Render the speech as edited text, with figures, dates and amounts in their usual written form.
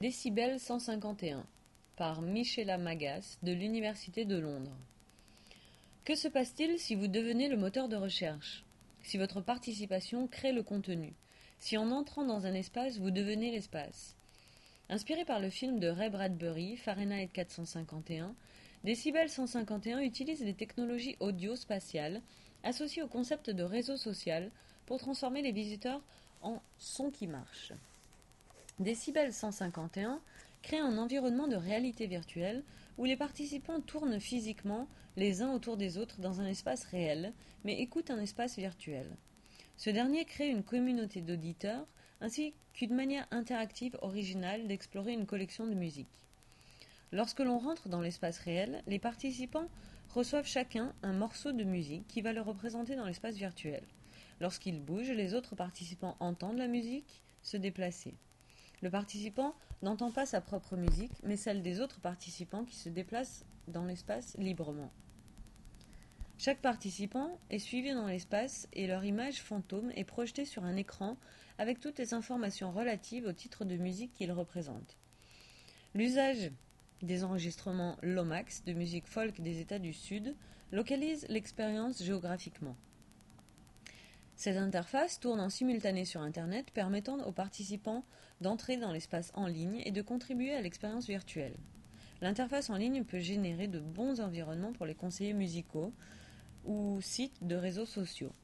Décibel 151 par Michela Magas de l'Université de Londres. Que se passe-t-il si vous devenez le moteur de recherche? Si votre participation crée le contenu? Si en entrant dans un espace, vous devenez l'espace? Inspiré par le film de Ray Bradbury, Fahrenheit 451, Décibel 151 utilise les technologies audio-spatiales associées au concept de réseau social pour transformer les visiteurs en son qui marche. Décibel 151 crée un environnement de réalité virtuelle où les participants tournent physiquement les uns autour des autres dans un espace réel, mais écoutent un espace virtuel. Ce dernier crée une communauté d'auditeurs ainsi qu'une manière interactive originale d'explorer une collection de musique. Lorsque l'on rentre dans l'espace réel, les participants reçoivent chacun un morceau de musique qui va le représenter dans l'espace virtuel. Lorsqu'ils bougent, les autres participants entendent la musique se déplacer. Le participant n'entend pas sa propre musique, mais celle des autres participants qui se déplacent dans l'espace librement. Chaque participant est suivi dans l'espace et leur image fantôme est projetée sur un écran avec toutes les informations relatives au titre de musique qu'ils représentent. L'usage des enregistrements Lomax de musique folk des États du Sud localise l'expérience géographiquement. Cette interface tourne en simultané sur Internet, permettant aux participants d'entrer dans l'espace en ligne et de contribuer à l'expérience virtuelle. L'interface en ligne peut générer de bons environnements pour les conseillers musicaux ou sites de réseaux sociaux.